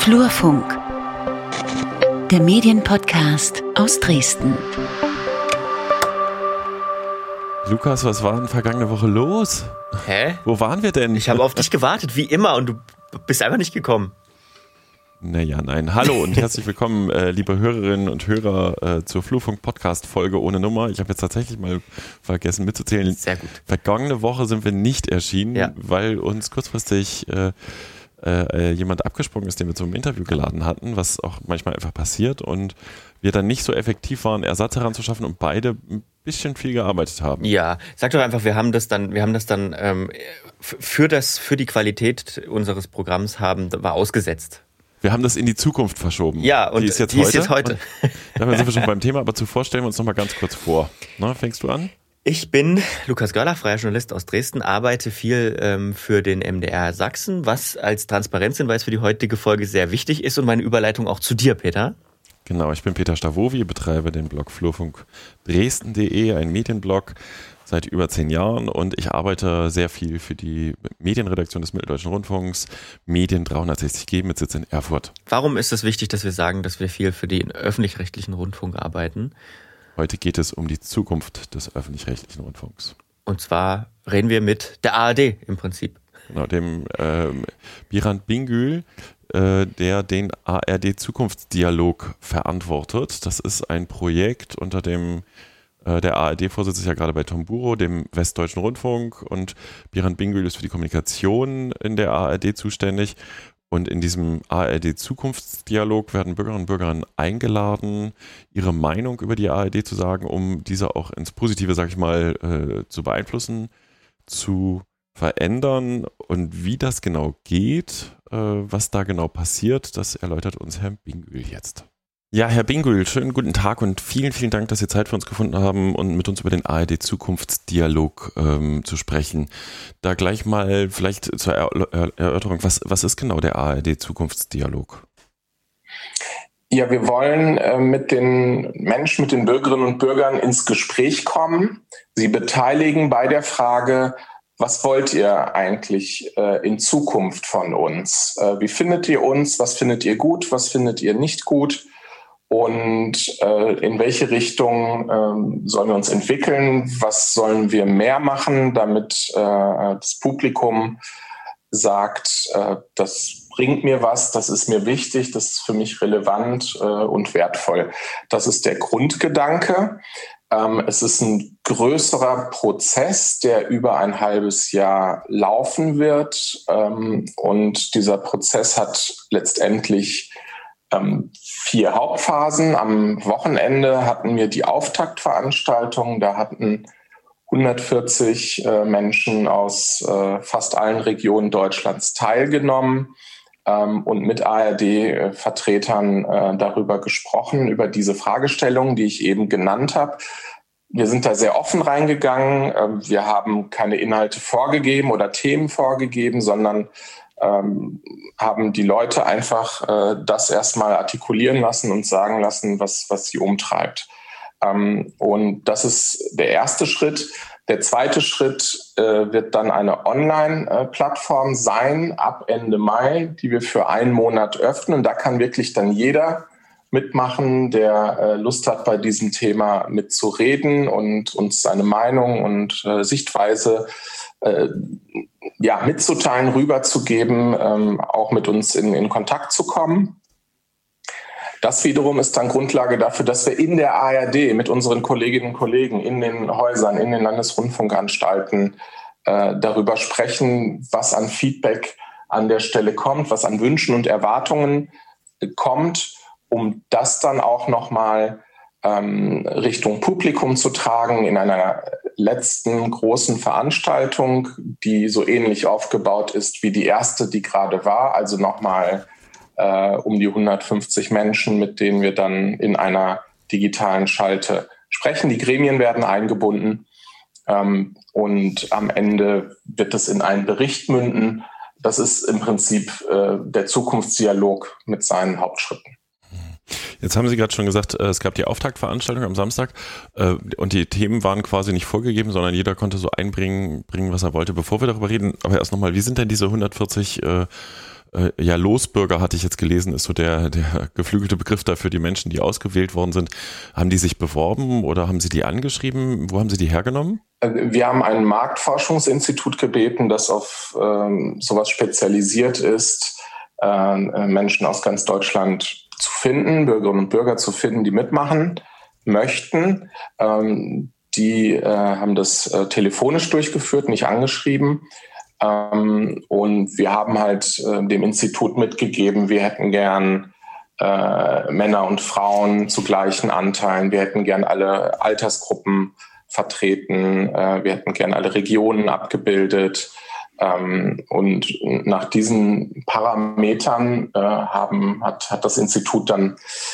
Flurfunk, der Medienpodcast aus Dresden. Lukas, was war denn vergangene Woche los? Hä? Wo waren wir denn? Ich habe auf dich gewartet, wie immer, und du bist einfach nicht gekommen. Naja, nein. Hallo und herzlich willkommen, liebe Hörerinnen und Hörer, zur Flurfunk-Podcast-Folge ohne Nummer. Ich habe jetzt tatsächlich mal vergessen mitzuzählen. Sehr gut. Vergangene Woche sind wir nicht erschienen, weil uns kurzfristig jemand abgesprungen ist, den wir zum Interview geladen hatten, was auch manchmal einfach passiert, und wir dann nicht so effektiv waren, Ersatz heranzuschaffen und beide ein bisschen viel gearbeitet haben. Ja, sag doch einfach, wir haben das dann für die Qualität unseres Programms war ausgesetzt. Wir haben das in die Zukunft verschoben. Ja, und die ist jetzt heute. Damit sind wir schon beim Thema, aber zuvor stellen wir uns noch mal ganz kurz vor. Na, fängst du an? Ich bin Lukas Görlach, freier Journalist aus Dresden, arbeite viel für den MDR Sachsen, was als Transparenzhinweis für die heutige Folge sehr wichtig ist, und meine Überleitung auch zu dir, Peter. Genau, ich bin Peter Stavovi, betreibe den Blog flurfunkdresden.de, ein Medienblog seit über 10 Jahren, und ich arbeite sehr viel für die Medienredaktion des Mitteldeutschen Rundfunks, Medien 360G mit Sitz in Erfurt. Warum ist es wichtig, dass wir sagen, dass wir viel für den öffentlich-rechtlichen Rundfunk arbeiten? Heute geht es um die Zukunft des öffentlich-rechtlichen Rundfunks. Und zwar reden wir mit der ARD im Prinzip. Genau, dem Birand Bingül, der den ARD-Zukunftsdialog verantwortet. Das ist ein Projekt, unter dem der ARD-Vorsitz ist ja gerade bei Tom Buro, dem Westdeutschen Rundfunk, und Birand Bingül ist für die Kommunikation in der ARD zuständig. Und in diesem ARD-Zukunftsdialog werden Bürgerinnen und Bürger eingeladen, ihre Meinung über die ARD zu sagen, um diese auch ins Positive, sag ich mal, zu beeinflussen, zu verändern. Und wie das genau geht, was da genau passiert, das erläutert uns Herr Bingül jetzt. Ja, Herr Bingül, schönen guten Tag und vielen, vielen Dank, dass Sie Zeit für uns gefunden haben und mit uns über den ARD-Zukunftsdialog zu sprechen. Da gleich mal vielleicht zur Erörterung, was ist genau der ARD-Zukunftsdialog? Ja, wir wollen mit den Menschen, mit den Bürgerinnen und Bürgern ins Gespräch kommen, sie beteiligen bei der Frage, was wollt ihr eigentlich in Zukunft von uns? Wie findet ihr uns? Was findet ihr gut? Was findet ihr nicht gut? Und in welche Richtung sollen wir uns entwickeln? Was sollen wir mehr machen, damit das Publikum sagt, das bringt mir was, das ist mir wichtig, das ist für mich relevant und wertvoll. Das ist der Grundgedanke. Es ist ein größerer Prozess, der über ein halbes Jahr laufen wird. Und dieser Prozess hat letztendlich 4 Hauptphasen. Am Wochenende hatten wir die Auftaktveranstaltung. Da hatten 140 Menschen aus fast allen Regionen Deutschlands teilgenommen und mit ARD-Vertretern darüber gesprochen, über diese Fragestellungen, die ich eben genannt habe. Wir sind da sehr offen reingegangen. Wir haben keine Inhalte vorgegeben oder Themen vorgegeben, sondern haben die Leute einfach das erstmal artikulieren lassen und sagen lassen, was sie umtreibt. Und das ist der erste Schritt. Der zweite Schritt wird dann eine Online-Plattform sein, ab Ende Mai, die wir für 1 Monat öffnen. Da kann wirklich dann jeder mitmachen, der Lust hat, bei diesem Thema mitzureden und uns seine Meinung und Sichtweise mitzuteilen, rüberzugeben, auch mit uns in Kontakt zu kommen. Das wiederum ist dann Grundlage dafür, dass wir in der ARD mit unseren Kolleginnen und Kollegen in den Häusern, in den Landesrundfunkanstalten darüber sprechen, was an Feedback an der Stelle kommt, was an Wünschen und Erwartungen kommt, um das dann auch nochmal Richtung Publikum zu tragen in einer letzten großen Veranstaltung, die so ähnlich aufgebaut ist wie die erste, die gerade war. Also nochmal um die 150 Menschen, mit denen wir dann in einer digitalen Schalte sprechen. Die Gremien werden eingebunden und am Ende wird es in einen Bericht münden. Das ist im Prinzip der Zukunftsdialog mit seinen Hauptschritten. Jetzt haben Sie gerade schon gesagt, es gab die Auftaktveranstaltung am Samstag und die Themen waren quasi nicht vorgegeben, sondern jeder konnte so bringen, was er wollte. Bevor wir darüber reden, aber erst nochmal, wie sind denn diese 140 ja, Losbürger hatte ich jetzt gelesen, ist so der geflügelte Begriff dafür, die Menschen, die ausgewählt worden sind. Haben die sich beworben oder haben Sie die angeschrieben? Wo haben Sie die hergenommen? Wir haben ein Marktforschungsinstitut gebeten, das auf sowas spezialisiert ist, Menschen aus ganz Deutschland zu finden, Bürgerinnen und Bürger zu finden, die mitmachen möchten. Die haben das telefonisch durchgeführt, nicht angeschrieben. Und wir haben halt dem Institut mitgegeben, wir hätten gern Männer und Frauen zu gleichen Anteilen. Wir hätten gern alle Altersgruppen vertreten. Wir hätten gern alle Regionen abgebildet. Und nach diesen Parametern hat das Institut dann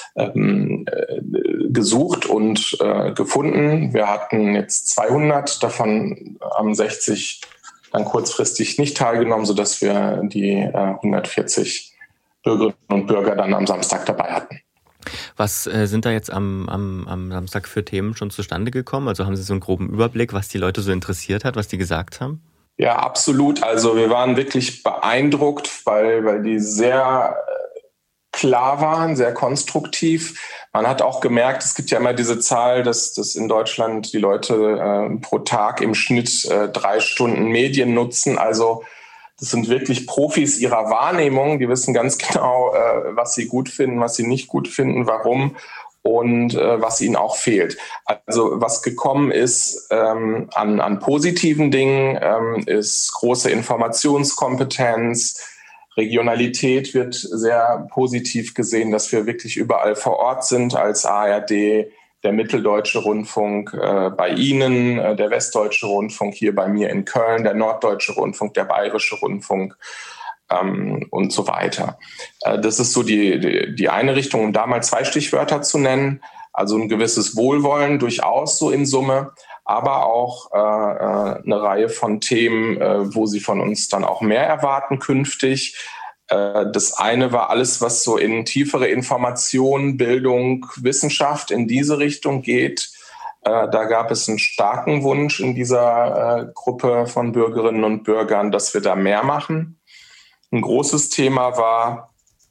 gesucht und gefunden. Wir hatten jetzt 200, davon haben 60 dann kurzfristig nicht teilgenommen, sodass wir die 140 Bürgerinnen und Bürger dann am Samstag dabei hatten. Was sind da jetzt am Samstag für Themen schon zustande gekommen? Also haben Sie so einen groben Überblick, was die Leute so interessiert hat, was die gesagt haben? Ja, absolut. Also wir waren wirklich beeindruckt, weil die sehr klar waren, sehr konstruktiv. Man hat auch gemerkt, es gibt ja immer diese Zahl, dass in Deutschland die Leute pro Tag im Schnitt 3 Stunden Medien nutzen. Also das sind wirklich Profis ihrer Wahrnehmung. Die wissen ganz genau, was sie gut finden, was sie nicht gut finden, warum und was ihnen auch fehlt. Also was gekommen ist an positiven Dingen, ist große Informationskompetenz. Regionalität wird sehr positiv gesehen, dass wir wirklich überall vor Ort sind als ARD, der Mitteldeutsche Rundfunk bei Ihnen, der Westdeutsche Rundfunk hier bei mir in Köln, der Norddeutsche Rundfunk, der Bayerische Rundfunk und so weiter. Das ist so die eine Richtung, um da mal 2 Stichwörter zu nennen. Also ein gewisses Wohlwollen durchaus so in Summe, aber auch eine Reihe von Themen, wo Sie von uns dann auch mehr erwarten künftig. Das eine war alles, was so in tiefere Information, Bildung, Wissenschaft in diese Richtung geht. Da gab es einen starken Wunsch in dieser Gruppe von Bürgerinnen und Bürgern, dass wir da mehr machen. Ein großes Thema war,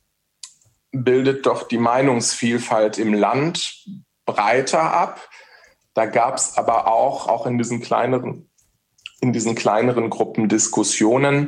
bildet doch die Meinungsvielfalt im Land breiter ab. Da gab es aber auch in diesen kleineren Gruppen Diskussionen,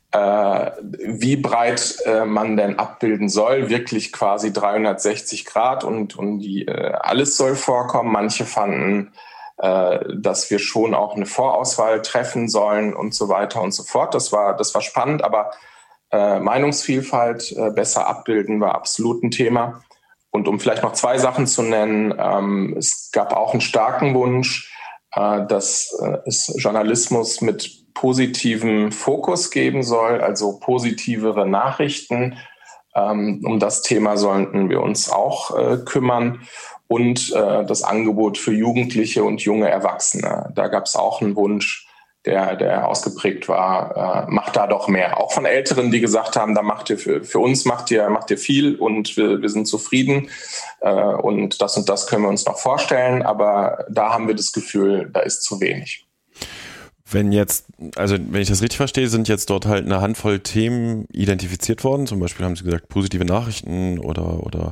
wie breit man denn abbilden soll, wirklich quasi 360 Grad und alles soll vorkommen. Manche fanden, dass wir schon auch eine Vorauswahl treffen sollen und so weiter und so fort. Das war spannend, aber Meinungsvielfalt besser abbilden war absolut ein Thema. Und um vielleicht noch 2 Sachen zu nennen, es gab auch einen starken Wunsch, dass es Journalismus mit positivem Fokus geben soll, also positivere Nachrichten. Um das Thema sollten wir uns auch kümmern. Und das Angebot für Jugendliche und junge Erwachsene. Da gab es auch einen Wunsch, der ausgeprägt war, macht da doch mehr. Auch von Älteren, die gesagt haben, da macht ihr für uns macht ihr viel und wir sind zufrieden und das können wir uns noch vorstellen, aber da haben wir das Gefühl, da ist zu wenig. Wenn ich das richtig verstehe, sind jetzt dort halt eine Handvoll Themen identifiziert worden. Zum Beispiel haben Sie gesagt, positive Nachrichten oder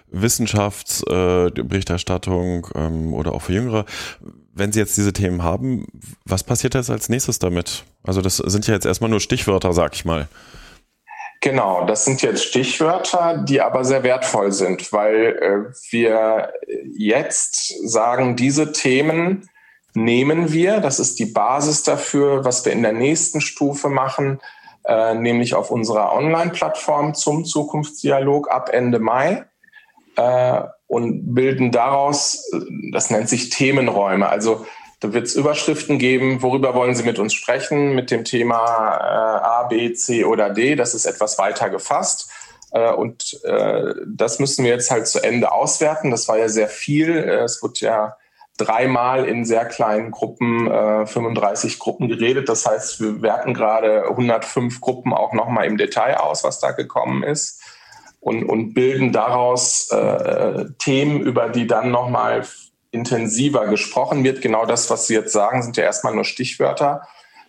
Wissenschaftsberichterstattung oder auch für Jüngere. Wenn Sie jetzt diese Themen haben, was passiert jetzt als nächstes damit? Also das sind ja jetzt erstmal nur Stichwörter, sag ich mal. Genau, das sind jetzt Stichwörter, die aber sehr wertvoll sind, weil wir jetzt sagen, diese Themen nehmen wir. Das ist die Basis dafür, was wir in der nächsten Stufe machen, nämlich auf unserer Online-Plattform zum Zukunftsdialog ab Ende Mai. Und bilden daraus, das nennt sich Themenräume. Also da wird es Überschriften geben, worüber wollen Sie mit uns sprechen, mit dem Thema A, B, C oder D. Das ist etwas weiter gefasst. Und das müssen wir jetzt halt zu Ende auswerten. Das war ja sehr viel. Es wird ja 3-mal in sehr kleinen Gruppen, 35 Gruppen geredet. Das heißt, wir werten gerade 105 Gruppen auch nochmal im Detail aus, was da gekommen ist. Und bilden daraus Themen, über die dann nochmal intensiver gesprochen wird. Genau das, was Sie jetzt sagen, sind ja erstmal nur Stichwörter.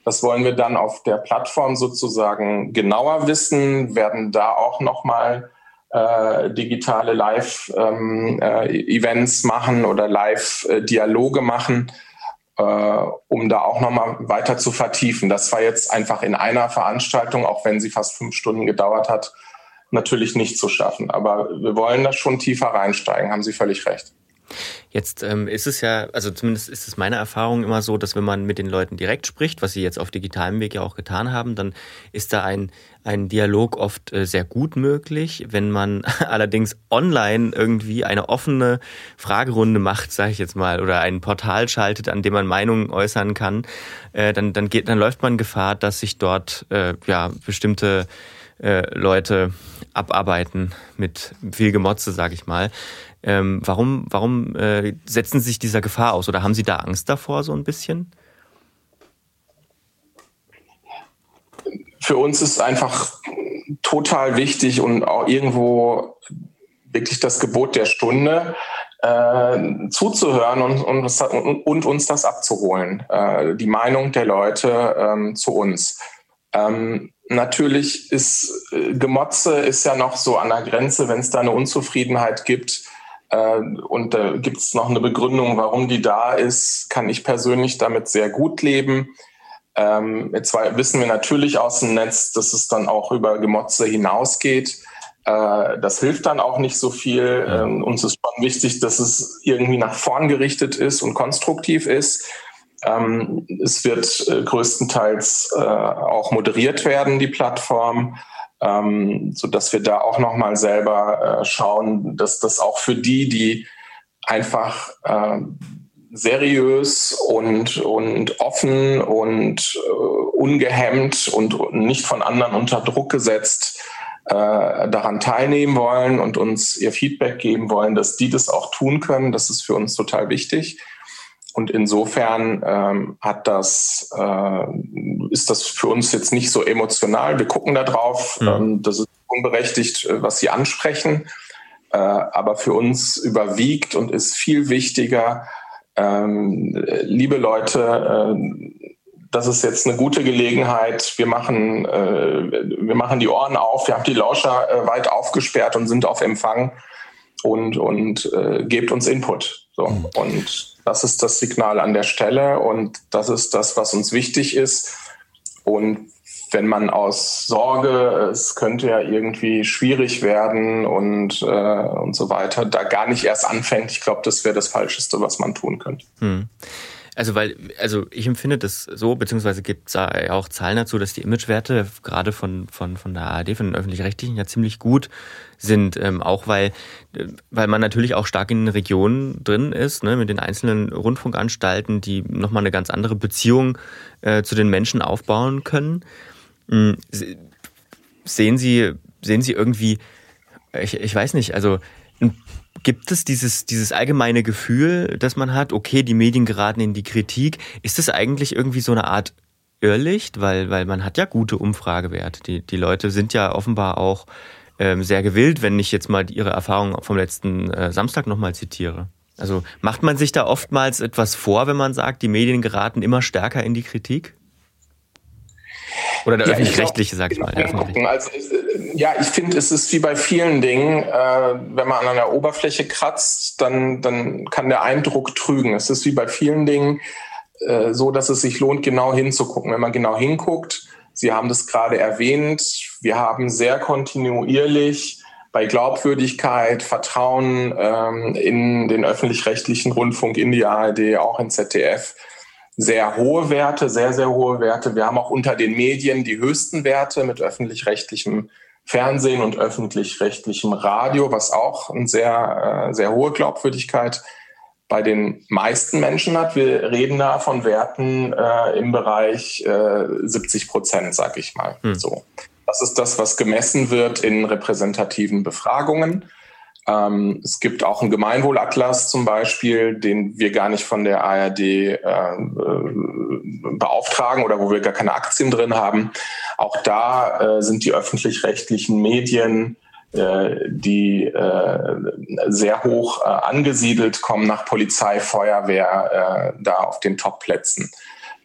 Das wollen wir dann auf der Plattform sozusagen genauer wissen, werden da auch nochmal digitale Live-Events machen oder Live-Dialoge machen, um da auch nochmal weiter zu vertiefen. Das war jetzt einfach in einer Veranstaltung, auch wenn sie fast 5 Stunden gedauert hat, natürlich nicht zu schaffen. Aber wir wollen da schon tiefer reinsteigen, haben Sie völlig recht. Jetzt ist es ja, also zumindest ist es meine Erfahrung immer so, dass wenn man mit den Leuten direkt spricht, was sie jetzt auf digitalem Weg ja auch getan haben, dann ist da ein Dialog oft sehr gut möglich. Wenn man allerdings online irgendwie eine offene Fragerunde macht, sage ich jetzt mal, oder ein Portal schaltet, an dem man Meinungen äußern kann, dann läuft man Gefahr, dass sich dort bestimmte Leute abarbeiten mit viel Gemotze, sage ich mal. Warum setzen Sie sich dieser Gefahr aus oder haben Sie da Angst davor so ein bisschen? Für uns ist einfach total wichtig und auch irgendwo wirklich das Gebot der Stunde, zuzuhören und uns das abzuholen, die Meinung der Leute zu uns. Natürlich ist Gemotze ist ja noch so an der Grenze, wenn es da eine Unzufriedenheit gibt, und da gibt es noch eine Begründung, warum die da ist, kann ich persönlich damit sehr gut leben. Jetzt wissen wir natürlich aus dem Netz, dass es dann auch über Gemotze hinausgeht. Das hilft dann auch nicht so viel. Uns ist schon wichtig, dass es irgendwie nach vorn gerichtet ist und konstruktiv ist. Es wird größtenteils auch moderiert werden, die Plattform. Sodass wir da auch nochmal selber schauen, dass das auch für die einfach seriös und offen und ungehemmt und nicht von anderen unter Druck gesetzt daran teilnehmen wollen und uns ihr Feedback geben wollen, dass die das auch tun können. Das ist für uns total wichtig. Und insofern ist das für uns jetzt nicht so emotional. Wir gucken da drauf. Das ist unberechtigt, was Sie ansprechen. Aber für uns überwiegt und ist viel wichtiger, liebe Leute, das ist jetzt eine gute Gelegenheit. Wir machen die Ohren auf. Wir haben die Lauscher weit aufgesperrt und sind auf Empfang und gebt uns Input. So. Und das ist das Signal an der Stelle und das ist das, was uns wichtig ist. Und wenn man aus Sorge, es könnte ja irgendwie schwierig werden und so weiter, da gar nicht erst anfängt, ich glaube, das wäre das Falscheste, was man tun könnte. Also ich empfinde das so, beziehungsweise gibt es auch Zahlen dazu, dass die Imagewerte gerade von der ARD, von den Öffentlich-Rechtlichen ja ziemlich gut sind, auch weil man natürlich auch stark in den Regionen drin ist, ne, mit den einzelnen Rundfunkanstalten, die nochmal eine ganz andere Beziehung zu den Menschen aufbauen können. Sehen Sie irgendwie, ich weiß nicht, also gibt es dieses allgemeine Gefühl, das man hat, okay, die Medien geraten in die Kritik? Ist das eigentlich irgendwie so eine Art Irrlicht? Weil man hat ja gute Umfragewerte. Die Leute sind ja offenbar auch sehr gewillt, wenn ich jetzt mal Ihre Erfahrung vom letzten Samstag nochmal zitiere. Also macht man sich da oftmals etwas vor, wenn man sagt, die Medien geraten immer stärker in die Kritik? Oder der öffentlich-rechtliche, sag ich mal. Also, ich finde, es ist wie bei vielen Dingen, wenn man an der Oberfläche kratzt, dann kann der Eindruck trügen. Es ist wie bei vielen Dingen so, dass es sich lohnt, genau hinzugucken. Wenn man genau hinguckt, Sie haben das gerade erwähnt, wir haben sehr kontinuierlich bei Glaubwürdigkeit, Vertrauen in den öffentlich-rechtlichen Rundfunk, in die ARD, auch in ZDF, sehr hohe Werte, sehr, sehr hohe Werte. Wir haben auch unter den Medien die höchsten Werte mit öffentlich-rechtlichem Fernsehen und öffentlich-rechtlichem Radio, was auch eine sehr, sehr hohe Glaubwürdigkeit bei den meisten Menschen hat. Wir reden da von Werten im Bereich 70%, sag ich mal. So. Das ist das, was gemessen wird in repräsentativen Befragungen. Es gibt auch einen Gemeinwohlatlas zum Beispiel, den wir gar nicht von der ARD beauftragen oder wo wir gar keine Aktien drin haben. Auch da sind die öffentlich-rechtlichen Medien, die sehr hoch angesiedelt kommen nach Polizei, Feuerwehr, da auf den Top-Plätzen.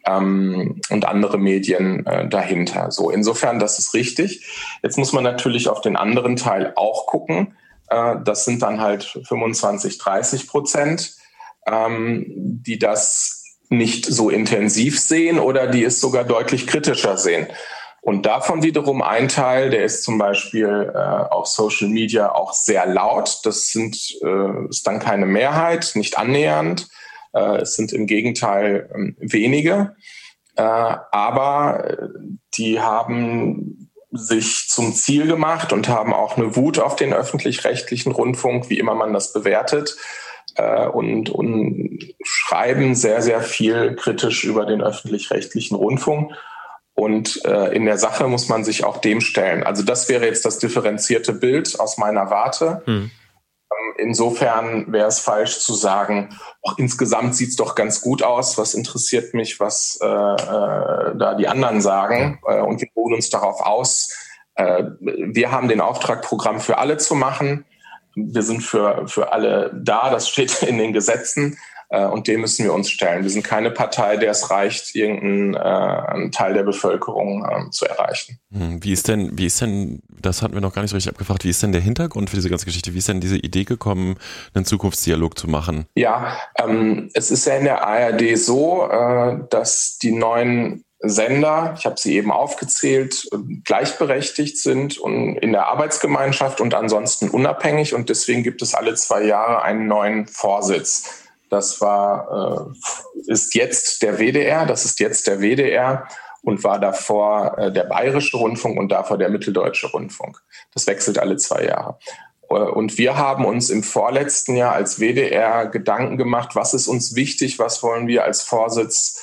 und andere Medien dahinter. So, insofern, das ist richtig. Jetzt muss man natürlich auf den anderen Teil auch gucken. Das sind dann halt 25-30%, die das nicht so intensiv sehen oder die es sogar deutlich kritischer sehen. Und davon wiederum ein Teil, der ist zum Beispiel auf Social Media auch sehr laut. Das ist dann keine Mehrheit, nicht annähernd. Es sind im Gegenteil wenige. Aber die haben sich zum Ziel gemacht und haben auch eine Wut auf den öffentlich-rechtlichen Rundfunk, wie immer man das bewertet, und schreiben sehr, sehr viel kritisch über den öffentlich-rechtlichen Rundfunk. Und in der Sache muss man sich auch dem stellen. Also das wäre jetzt das differenzierte Bild aus meiner Warte. Insofern wäre es falsch zu sagen, insgesamt sieht es doch ganz gut aus. Was interessiert mich, was da die anderen sagen? Und wir ruhen uns darauf aus. Wir haben den Auftrag, Programm für alle zu machen. Wir sind für alle da. Das steht in den Gesetzen. Und dem müssen wir uns stellen. Wir sind keine Partei, der es reicht, irgendeinen Teil der Bevölkerung zu erreichen. Wie ist denn, das hatten wir noch gar nicht so richtig abgefragt, wie ist denn der Hintergrund für diese ganze Geschichte? Wie ist denn diese Idee gekommen, einen Zukunftsdialog zu machen? Ja, es ist ja in der ARD so, dass die neuen Sender, ich habe sie eben aufgezählt, gleichberechtigt sind und in der Arbeitsgemeinschaft und ansonsten unabhängig. Und deswegen gibt es alle 2 Jahre einen neuen Vorsitz. Das ist jetzt der WDR und war davor der Bayerische Rundfunk und davor der Mitteldeutsche Rundfunk. Das wechselt alle 2 Jahre. Und wir haben uns im vorletzten Jahr als WDR Gedanken gemacht, was ist uns wichtig, was wollen wir als Vorsitz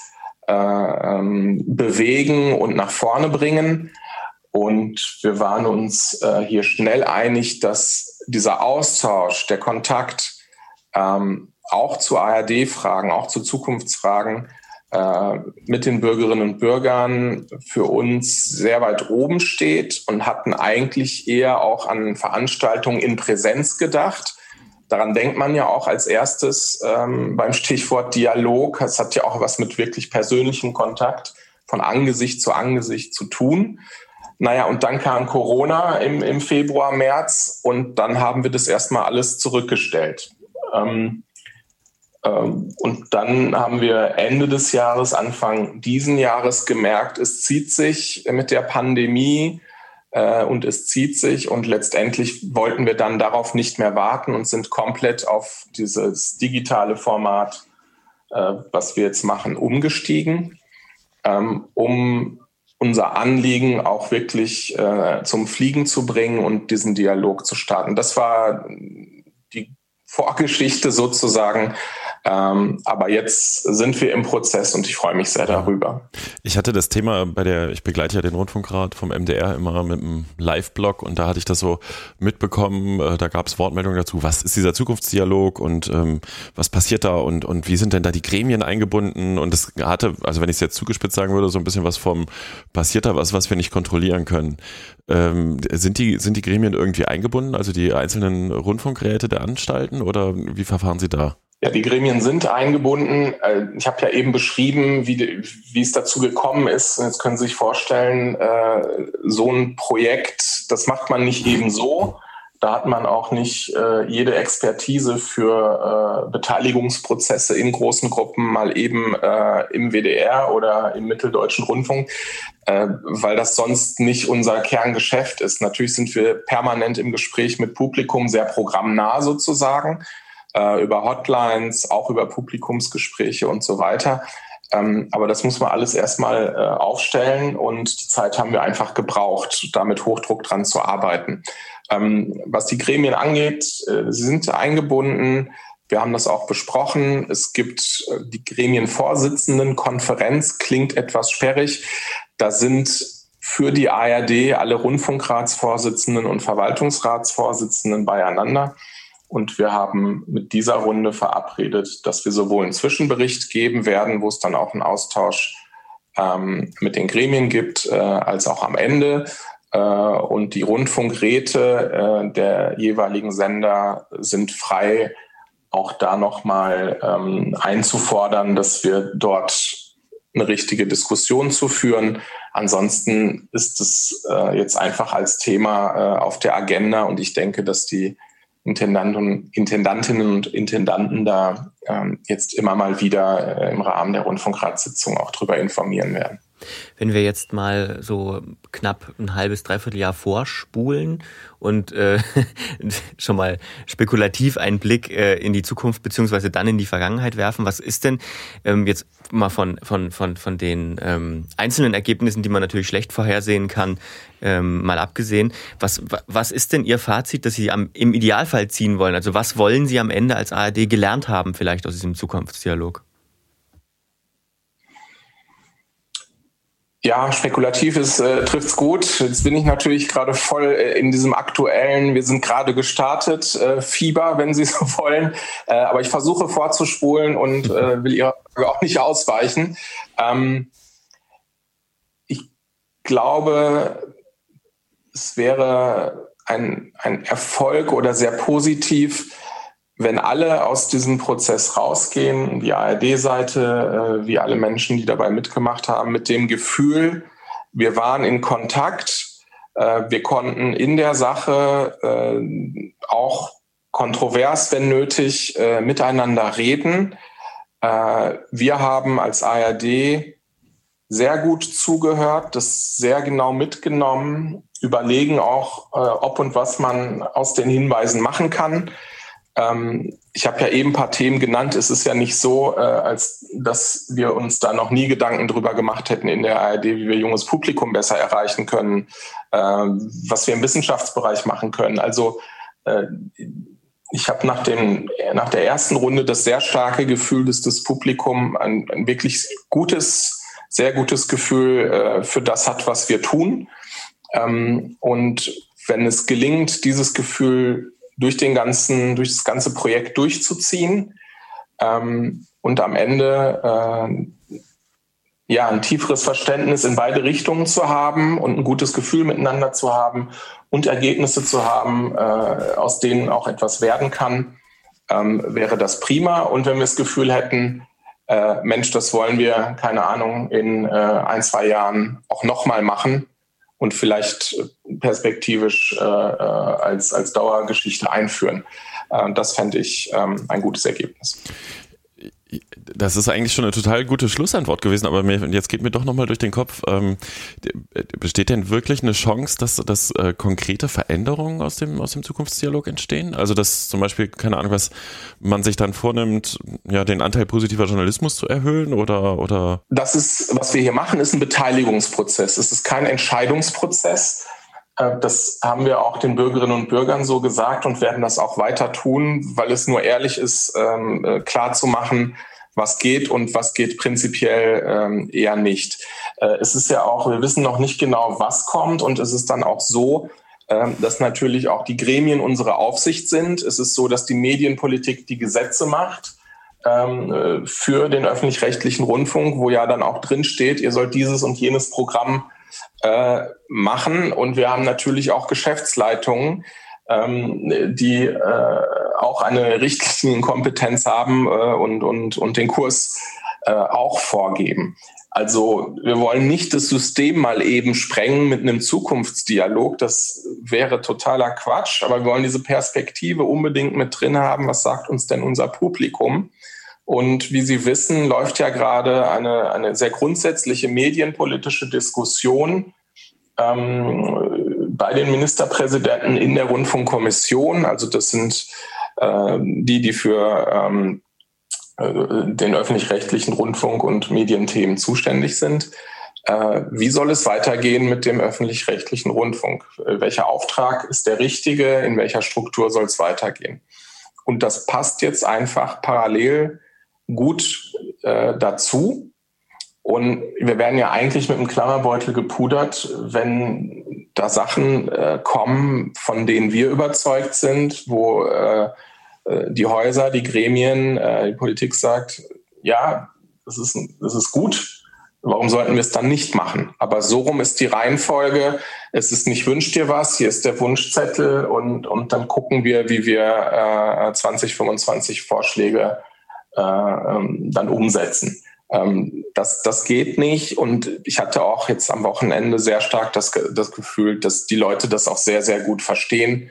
bewegen und nach vorne bringen. Und wir waren uns hier schnell einig, dass dieser Austausch, der Kontakt, auch zu ARD-Fragen, auch zu Zukunftsfragen mit den Bürgerinnen und Bürgern für uns sehr weit oben steht und hatten eigentlich eher auch an Veranstaltungen in Präsenz gedacht. Daran denkt man ja auch als erstes beim Stichwort Dialog. Es hat ja auch was mit wirklich persönlichem Kontakt von Angesicht zu tun. Naja, und dann kam Corona im Februar, März und dann haben wir das erstmal alles zurückgestellt. Und dann haben wir Ende des Jahres, Anfang diesen Jahres gemerkt, es zieht sich mit der Pandemie und letztendlich wollten wir dann darauf nicht mehr warten und sind komplett auf dieses digitale Format, was wir jetzt machen, umgestiegen, um unser Anliegen auch wirklich zum Fliegen zu bringen und diesen Dialog zu starten. Das war die Vorgeschichte sozusagen. Aber jetzt sind wir im Prozess und ich freue mich sehr darüber. Ich hatte das Thema ich begleite ja den Rundfunkrat vom MDR immer mit einem Live-Blog und da hatte ich das so mitbekommen, da gab es Wortmeldungen dazu, was ist dieser Zukunftsdialog und was passiert da und wie sind denn da die Gremien eingebunden und es hatte, also wenn ich es jetzt zugespitzt sagen würde, so ein bisschen was passiert da was wir nicht kontrollieren können. Sind die Gremien irgendwie eingebunden, also die einzelnen Rundfunkräte der Anstalten oder wie verfahren Sie da? Ja, die Gremien sind eingebunden. Ich habe ja eben beschrieben, wie es dazu gekommen ist. Jetzt können Sie sich vorstellen, so ein Projekt, das macht man nicht eben so. Da hat man auch nicht jede Expertise für Beteiligungsprozesse in großen Gruppen mal eben im WDR oder im Mitteldeutschen Rundfunk, weil das sonst nicht unser Kerngeschäft ist. Natürlich sind wir permanent im Gespräch mit Publikum, sehr programmnah sozusagen, über Hotlines, auch über Publikumsgespräche und so weiter. Aber das muss man alles erstmal aufstellen und die Zeit haben wir einfach gebraucht, da mit Hochdruck dran zu arbeiten. Was die Gremien angeht, sie sind eingebunden. Wir haben das auch besprochen. Es gibt die Gremienvorsitzendenkonferenz, klingt etwas sperrig. Da sind für die ARD alle Rundfunkratsvorsitzenden und Verwaltungsratsvorsitzenden beieinander. Und wir haben mit dieser Runde verabredet, dass wir sowohl einen Zwischenbericht geben werden, wo es dann auch einen Austausch mit den Gremien gibt, als auch am Ende. Und die Rundfunkräte der jeweiligen Sender sind frei, auch da nochmal einzufordern, dass wir dort eine richtige Diskussion zu führen. Ansonsten ist es jetzt einfach als Thema auf der Agenda und ich denke, dass die Intendantinnen und Intendanten da jetzt immer mal wieder im Rahmen der Rundfunkratssitzung auch drüber informieren werden. Wenn wir jetzt mal so knapp ein halbes, dreiviertel Jahr vorspulen und schon mal spekulativ einen Blick in die Zukunft beziehungsweise dann in die Vergangenheit werfen, was ist denn jetzt mal von den einzelnen Ergebnissen, die man natürlich schlecht vorhersehen kann, mal abgesehen, was ist denn Ihr Fazit, das Sie im Idealfall ziehen wollen? Also was wollen Sie am Ende als ARD gelernt haben vielleicht aus diesem Zukunftsdialog? Ja, spekulativ trifft's gut. Jetzt bin ich natürlich gerade voll in diesem aktuellen, wir sind gerade gestartet, Fieber, wenn Sie so wollen. Aber ich versuche vorzuspulen und will Ihrer Frage auch nicht ausweichen. Ich glaube, es wäre ein Erfolg oder sehr positiv, wenn alle aus diesem Prozess rausgehen, die ARD-Seite, wie alle Menschen, die dabei mitgemacht haben, mit dem Gefühl, wir waren in Kontakt, wir konnten in der Sache auch kontrovers, wenn nötig, miteinander reden. Wir haben als ARD sehr gut zugehört, das sehr genau mitgenommen, überlegen auch, ob und was man aus den Hinweisen machen kann. Ich habe ja eben ein paar Themen genannt. Es ist ja nicht so, als dass wir uns da noch nie Gedanken drüber gemacht hätten in der ARD, wie wir junges Publikum besser erreichen können, was wir im Wissenschaftsbereich machen können. Also ich habe nach der ersten Runde das sehr starke Gefühl, dass das Publikum ein wirklich sehr gutes Gefühl für das hat, was wir tun. Und wenn es gelingt, dieses Gefühl durch das ganze Projekt durchzuziehen und am Ende ein tieferes Verständnis in beide Richtungen zu haben und ein gutes Gefühl miteinander zu haben und Ergebnisse zu haben, aus denen auch etwas werden kann, wäre das prima. Und wenn wir das Gefühl hätten, Mensch, das wollen wir, keine Ahnung, in 1-2 Jahren auch nochmal machen, und vielleicht perspektivisch als Dauergeschichte einführen. Das fände ich ein gutes Ergebnis. Das ist eigentlich schon eine total gute Schlussantwort gewesen, aber jetzt geht mir doch nochmal durch den Kopf, besteht denn wirklich eine Chance, dass konkrete Veränderungen aus dem Zukunftsdialog entstehen? Also dass zum Beispiel, keine Ahnung, was man sich dann vornimmt, ja, den Anteil positiver Journalismus zu erhöhen oder? Das ist, was wir hier machen, ist ein Beteiligungsprozess. Es ist kein Entscheidungsprozess. Das haben wir auch den Bürgerinnen und Bürgern so gesagt und werden das auch weiter tun, weil es nur ehrlich ist, klar zu machen, was geht und was geht prinzipiell eher nicht. Es ist ja auch, wir wissen noch nicht genau, was kommt, und es ist dann auch so, dass natürlich auch die Gremien unsere Aufsicht sind. Es ist so, dass die Medienpolitik die Gesetze macht für den öffentlich-rechtlichen Rundfunk, wo ja dann auch drin steht, ihr sollt dieses und jenes Programm machen. Und wir haben natürlich auch Geschäftsleitungen, die auch eine Richtlinienkompetenz haben und den Kurs auch vorgeben. Also wir wollen nicht das System mal eben sprengen mit einem Zukunftsdialog. Das wäre totaler Quatsch. Aber wir wollen diese Perspektive unbedingt mit drin haben. Was sagt uns denn unser Publikum? Und wie Sie wissen, läuft ja gerade eine sehr grundsätzliche medienpolitische Diskussion bei den Ministerpräsidenten in der Rundfunkkommission. Also das sind die für den öffentlich-rechtlichen Rundfunk und Medienthemen zuständig sind. Wie soll es weitergehen mit dem öffentlich-rechtlichen Rundfunk? Welcher Auftrag ist der richtige? In welcher Struktur soll es weitergehen? Und das passt jetzt einfach parallel gut dazu. Und wir werden ja eigentlich mit einem Klammerbeutel gepudert, wenn da Sachen kommen, von denen wir überzeugt sind, wo die Häuser, die Gremien, die Politik sagt, ja, das ist gut, warum sollten wir es dann nicht machen? Aber so rum ist die Reihenfolge. Es ist nicht wünsch dir was, hier ist der Wunschzettel und dann gucken wir, wie wir 2025 Vorschläge dann umsetzen. Das geht nicht. Und ich hatte auch jetzt am Wochenende sehr stark das Gefühl, dass die Leute das auch sehr, sehr gut verstehen,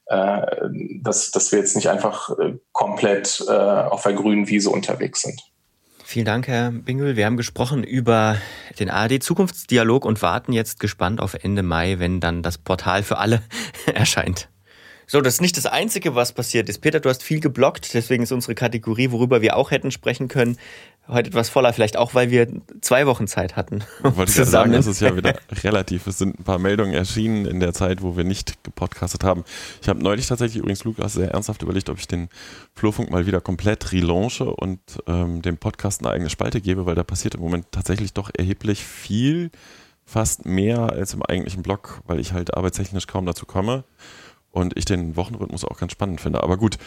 dass wir jetzt nicht einfach komplett auf der grünen Wiese unterwegs sind. Vielen Dank, Herr Bingül. Wir haben gesprochen über den ARD-Zukunftsdialog und warten jetzt gespannt auf Ende Mai, wenn dann das Portal für alle erscheint. So, das ist nicht das Einzige, was passiert ist. Peter, du hast viel geblockt, deswegen ist unsere Kategorie, worüber wir auch hätten sprechen können, heute etwas voller, vielleicht auch, weil wir 2 Wochen Zeit hatten. Wollte ich ja sagen, das ist ja wieder relativ. Es sind ein paar Meldungen erschienen in der Zeit, wo wir nicht gepodcastet haben. Ich habe neulich tatsächlich übrigens, Lukas, sehr ernsthaft überlegt, ob ich den Flurfunk mal wieder komplett relaunche und dem Podcast eine eigene Spalte gebe, weil da passiert im Moment tatsächlich doch erheblich viel, fast mehr als im eigentlichen Blog, weil ich halt arbeitstechnisch kaum dazu komme. Und ich den Wochenrhythmus auch ganz spannend finde. Aber gut,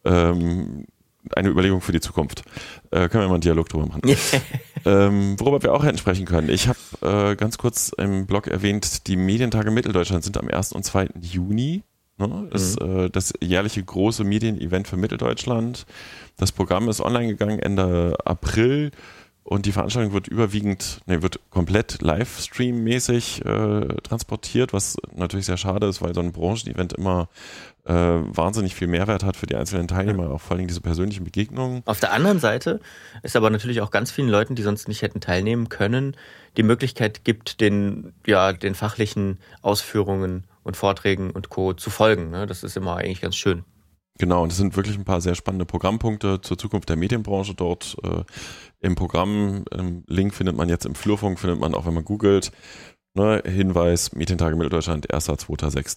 eine Überlegung für die Zukunft. Können wir mal einen Dialog drüber machen. Worüber wir auch hätten sprechen können. Ich habe ganz kurz im Blog erwähnt, die Medientage Mitteldeutschland sind am 1. und 2. Juni. Ne? Das jährliche große Medienevent für Mitteldeutschland. Das Programm ist online gegangen Ende April. Und die Veranstaltung wird komplett Livestream-mäßig transportiert, was natürlich sehr schade ist, weil so ein Branchenevent immer wahnsinnig viel Mehrwert hat für die einzelnen Teilnehmer, auch vor allem diese persönlichen Begegnungen. Auf der anderen Seite ist aber natürlich auch ganz vielen Leuten, die sonst nicht hätten teilnehmen können, die Möglichkeit gibt, den fachlichen Ausführungen und Vorträgen und Co. zu folgen. Ne? Das ist immer eigentlich ganz schön. Genau, und es sind wirklich ein paar sehr spannende Programmpunkte zur Zukunft der Medienbranche dort im Programm. Link findet man jetzt im Flurfunk, findet man auch, wenn man googelt. Ne, Hinweis, Medientage Mitteldeutschland, 1., 2., 6.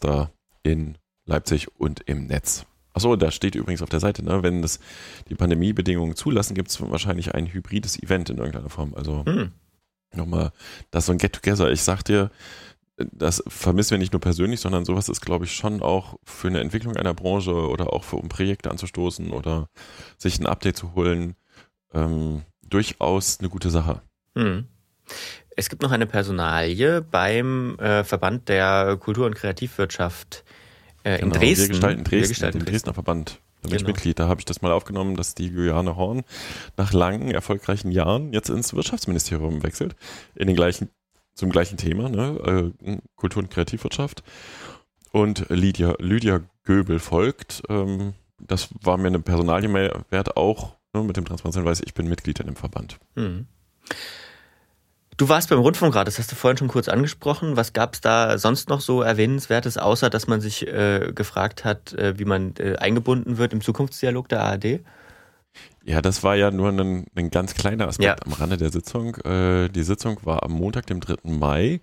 in Leipzig und im Netz. Achso, da steht übrigens auf der Seite, ne, wenn das die Pandemiebedingungen zulassen, gibt es wahrscheinlich ein hybrides Event in irgendeiner Form. Also nochmal, das ist so ein Get-Together. Ich sag dir, das vermissen wir nicht nur persönlich, sondern sowas ist, glaube ich, schon auch für eine Entwicklung einer Branche oder auch um Projekte anzustoßen oder sich ein Update zu holen, durchaus eine gute Sache. Es gibt noch eine Personalie beim Verband der Kultur- und Kreativwirtschaft in Dresden. Wir gestalten Dresden, dem Dresdner Verband. Da bin ich Mitglied, da habe ich das mal aufgenommen, dass die Juliane Horn nach langen, erfolgreichen Jahren jetzt ins Wirtschaftsministerium wechselt, zum gleichen Thema, ne? Kultur- und Kreativwirtschaft. Und Lydia Göbel folgt. Das war mir eine Personalie wert, auch mit dem Transparenzhinweis, ich bin Mitglied in dem Verband. Du warst beim Rundfunkrat, das hast du vorhin schon kurz angesprochen. Was gab es da sonst noch so Erwähnenswertes, außer dass man sich gefragt hat, wie man eingebunden wird im Zukunftsdialog der ARD? Ja, das war ja nur ein ganz kleiner Aspekt am Rande der Sitzung. Die Sitzung war am Montag, dem 3. Mai.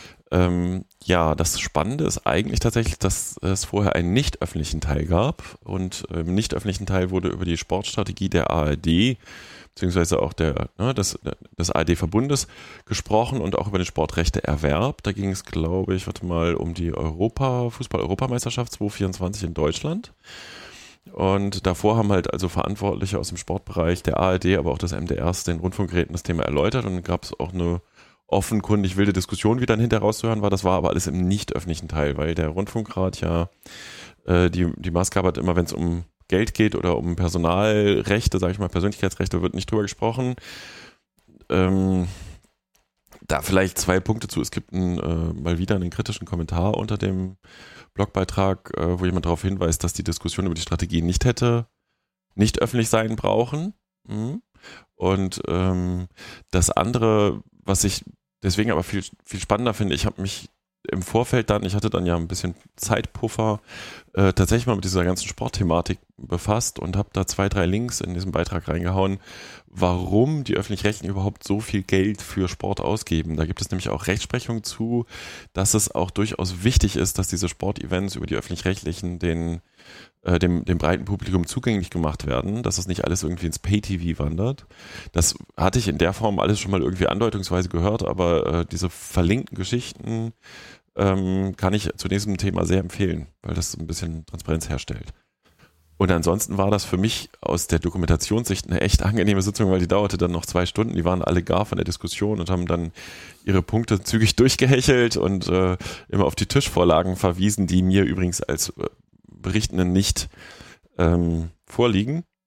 Das Spannende ist eigentlich tatsächlich, dass es vorher einen nicht öffentlichen Teil gab. Und im nicht öffentlichen Teil wurde über die Sportstrategie der ARD beziehungsweise auch des ARD-Verbundes gesprochen und auch über den Sportrechteerwerb. Da ging es, glaube ich, um die Fußball-Europameisterschaft 2024 in Deutschland. Und davor haben halt also Verantwortliche aus dem Sportbereich der ARD, aber auch des MDRs den Rundfunkgeräten das Thema erläutert. Und dann gab es auch eine offenkundig wilde Diskussion, wie dann hinterher rauszuhören war. Das war aber alles im nicht öffentlichen Teil, weil der Rundfunkrat die Maßgabe hat immer, wenn es um Geld geht oder um Personalrechte, sage ich mal, Persönlichkeitsrechte, wird nicht drüber gesprochen. Da vielleicht 2 Punkte zu. Es gibt mal wieder einen kritischen Kommentar unter dem Blogbeitrag, wo jemand darauf hinweist, dass die Diskussion über die Strategie nicht öffentlich sein brauchen. Und das andere, was ich deswegen aber viel, viel spannender finde, ich habe mich im Vorfeld ich hatte dann ja ein bisschen Zeitpuffer, tatsächlich mal mit dieser ganzen Sportthematik befasst und habe da 2, 3 Links in diesen Beitrag reingehauen, warum die Öffentlich-Rechtlichen überhaupt so viel Geld für Sport ausgeben. Da gibt es nämlich auch Rechtsprechung zu, dass es auch durchaus wichtig ist, dass diese Sportevents über die Öffentlich-Rechtlichen dem breiten Publikum zugänglich gemacht werden, dass das nicht alles irgendwie ins Pay-TV wandert. Das hatte ich in der Form alles schon mal irgendwie andeutungsweise gehört, aber diese verlinkten Geschichten kann ich zu diesem Thema sehr empfehlen, weil das ein bisschen Transparenz herstellt. Und ansonsten war das für mich aus der Dokumentationssicht eine echt angenehme Sitzung, weil die dauerte dann noch 2 Stunden. Die waren alle gar von der Diskussion und haben dann ihre Punkte zügig durchgehechelt und immer auf die Tischvorlagen verwiesen, die mir übrigens als Berichtenden nicht vorliegen.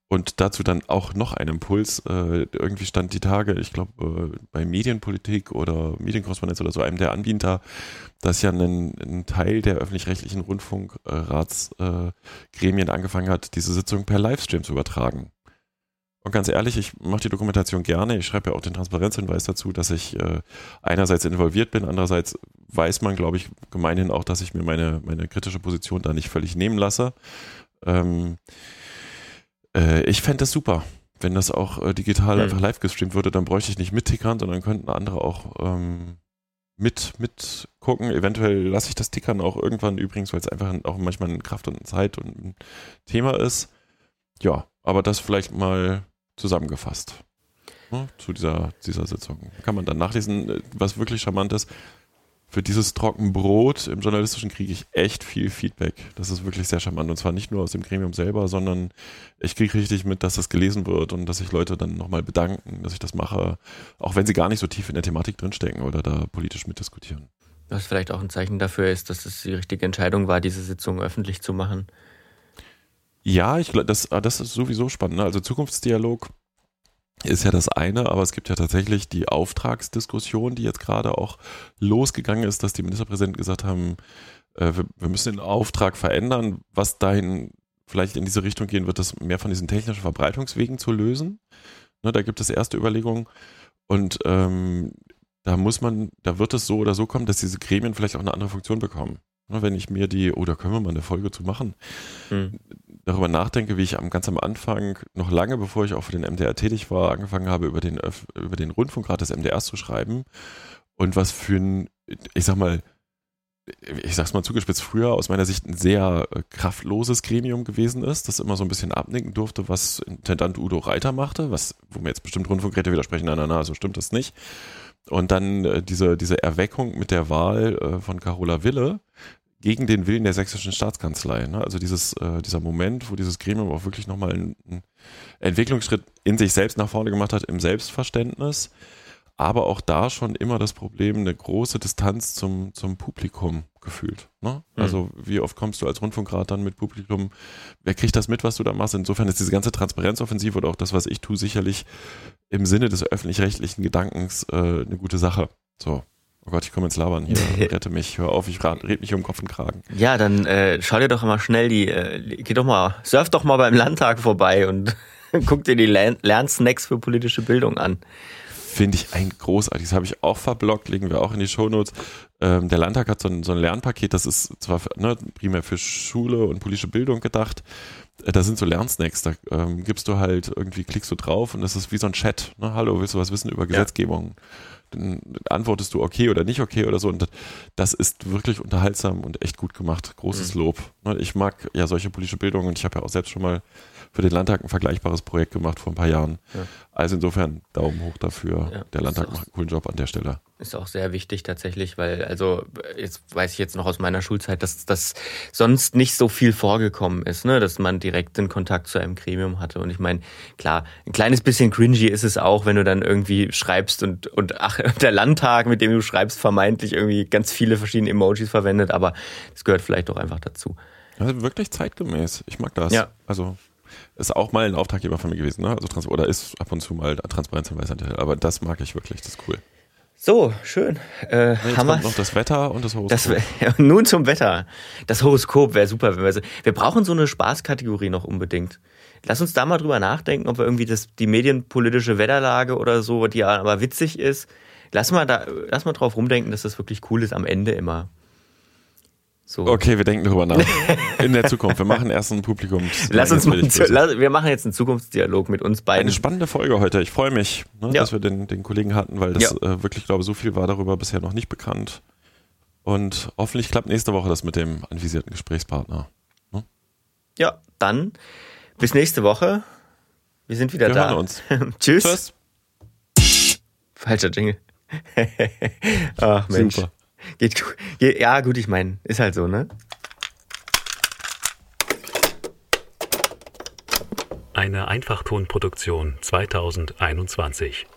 Und dazu dann auch noch ein Impuls. Irgendwie stand die Tage, ich glaube, bei Medienpolitik oder Medienkorrespondenz oder so, einem der Anbieter, dass ja ein Teil der öffentlich-rechtlichen Rundfunkratsgremien angefangen hat, diese Sitzung per Livestream zu übertragen. Und ganz ehrlich, ich mache die Dokumentation gerne. Ich schreibe ja auch den Transparenzhinweis dazu, dass ich einerseits involviert bin, andererseits weiß man, glaube ich, gemeinhin auch, dass ich mir meine kritische Position da nicht völlig nehmen lasse. Ich fände das super, wenn das auch digital einfach live gestreamt würde, dann bräuchte ich nicht mittickern, sondern könnten andere auch mit gucken. Eventuell lasse ich das Tickern auch irgendwann übrigens, weil es einfach auch manchmal eine Kraft und eine Zeit und ein Thema ist. Ja, aber das vielleicht mal zusammengefasst, ne, zu dieser Sitzung. Kann man dann nachlesen, was wirklich charmant ist. Für dieses Trockenbrot im Journalistischen kriege ich echt viel Feedback. Das ist wirklich sehr charmant. Und zwar nicht nur aus dem Gremium selber, sondern ich kriege richtig mit, dass das gelesen wird und dass sich Leute dann nochmal bedanken, dass ich das mache, auch wenn sie gar nicht so tief in der Thematik drinstecken oder da politisch mitdiskutieren. Was vielleicht auch ein Zeichen dafür ist, dass es die richtige Entscheidung war, diese Sitzung öffentlich zu machen. Ja, ich glaube, das ist sowieso spannend. Ne? Also Zukunftsdialog ist ja das eine, aber es gibt ja tatsächlich die Auftragsdiskussion, die jetzt gerade auch losgegangen ist, dass die Ministerpräsidenten gesagt haben, wir müssen den Auftrag verändern, was dahin vielleicht in diese Richtung gehen wird, das mehr von diesen technischen Verbreitungswegen zu lösen. Ne, da gibt es erste Überlegungen und da wird es so oder so kommen, dass diese Gremien vielleicht auch eine andere Funktion bekommen. Ne, wenn ich mir da können wir mal eine Folge zu machen, darüber nachdenke, wie ich ganz am Anfang, noch lange bevor ich auch für den MDR tätig war, angefangen habe, über den Rundfunkrat des MDRs zu schreiben und was für ein, ich sag's mal zugespitzt, früher aus meiner Sicht ein sehr kraftloses Gremium gewesen ist, das immer so ein bisschen abnicken durfte, was Intendant Udo Reiter machte, wo mir jetzt bestimmt Rundfunkräte widersprechen, nein, so stimmt das nicht. Und dann diese Erweckung mit der Wahl von Carola Wille gegen den Willen der sächsischen Staatskanzlei. Ne? Also dieser Moment, wo dieses Gremium auch wirklich nochmal einen Entwicklungsschritt in sich selbst nach vorne gemacht hat, im Selbstverständnis, aber auch da schon immer das Problem, eine große Distanz zum Publikum gefühlt. Ne? Also wie oft kommst du als Rundfunkrat dann mit Publikum, wer kriegt das mit, was du da machst? Insofern ist diese ganze Transparenzoffensive oder auch das, was ich tue, sicherlich im Sinne des öffentlich-rechtlichen Gedankens eine gute Sache. So. Oh Gott, ich komme ins Labern hier. Rette mich, hör auf, ich red mich um Kopf und Kragen. Ja, dann schau dir doch mal schnell surf doch mal beim Landtag vorbei und guck dir die Lernsnacks für politische Bildung an. Finde ich ein großartiges, habe ich auch verbloggt, legen wir auch in die Shownotes. Der Landtag hat so ein Lernpaket, das ist zwar primär für Schule und politische Bildung gedacht, da sind so Lernsnacks, da gibst du halt irgendwie, klickst du drauf und das ist wie so ein Chat. Ne? Hallo, willst du was wissen über Gesetzgebung? Dann antwortest du okay oder nicht okay oder so und das ist wirklich unterhaltsam und echt gut gemacht. Großes Lob. Ich mag ja solche politische Bildung und ich habe ja auch selbst schon mal für den Landtag ein vergleichbares Projekt gemacht vor ein paar Jahren. Ja. Also insofern Daumen hoch dafür. Ja, der Landtag macht einen coolen Job an der Stelle. Ist auch sehr wichtig tatsächlich, weil jetzt weiß ich jetzt noch aus meiner Schulzeit, dass das sonst nicht so viel vorgekommen ist, ne? Dass man direkt den Kontakt zu einem Gremium hatte. Und ich meine, klar, ein kleines bisschen cringy ist es auch, wenn du dann irgendwie schreibst und der Landtag, mit dem du schreibst, vermeintlich irgendwie ganz viele verschiedene Emojis verwendet, aber das gehört vielleicht doch einfach dazu. Also wirklich zeitgemäß. Ich mag das. Ja. Also ist auch mal ein Auftraggeber von mir gewesen, ne? Also oder ist ab und zu mal Transparenzhinweis an der Stelle, aber das mag ich wirklich, das ist cool. So, schön. Jetzt kommt noch das Wetter und das Horoskop. Nun zum Wetter. Das Horoskop wäre super. Wir brauchen so eine Spaßkategorie noch unbedingt. Lass uns da mal drüber nachdenken, ob wir irgendwie die medienpolitische Wetterlage oder so, die aber witzig ist, lass mal drauf rumdenken, dass das wirklich cool ist am Ende immer. So. Okay, wir denken darüber nach. In der Zukunft. Wir machen erst ein Publikum. Wir machen jetzt einen Zukunftsdialog mit uns beiden. Eine spannende Folge heute. Ich freue mich, dass wir den Kollegen hatten, weil das wirklich, glaube ich, so viel war darüber bisher noch nicht bekannt. Und hoffentlich klappt nächste Woche das mit dem anvisierten Gesprächspartner. Ne? Ja, dann bis nächste Woche. Wir sind wieder da. Wir hören uns. Tschüss. Falscher Jingle. Ach Mensch. Super. Ja, gut, ich meine, ist halt so, ne? Eine Einfachtonproduktion 2021.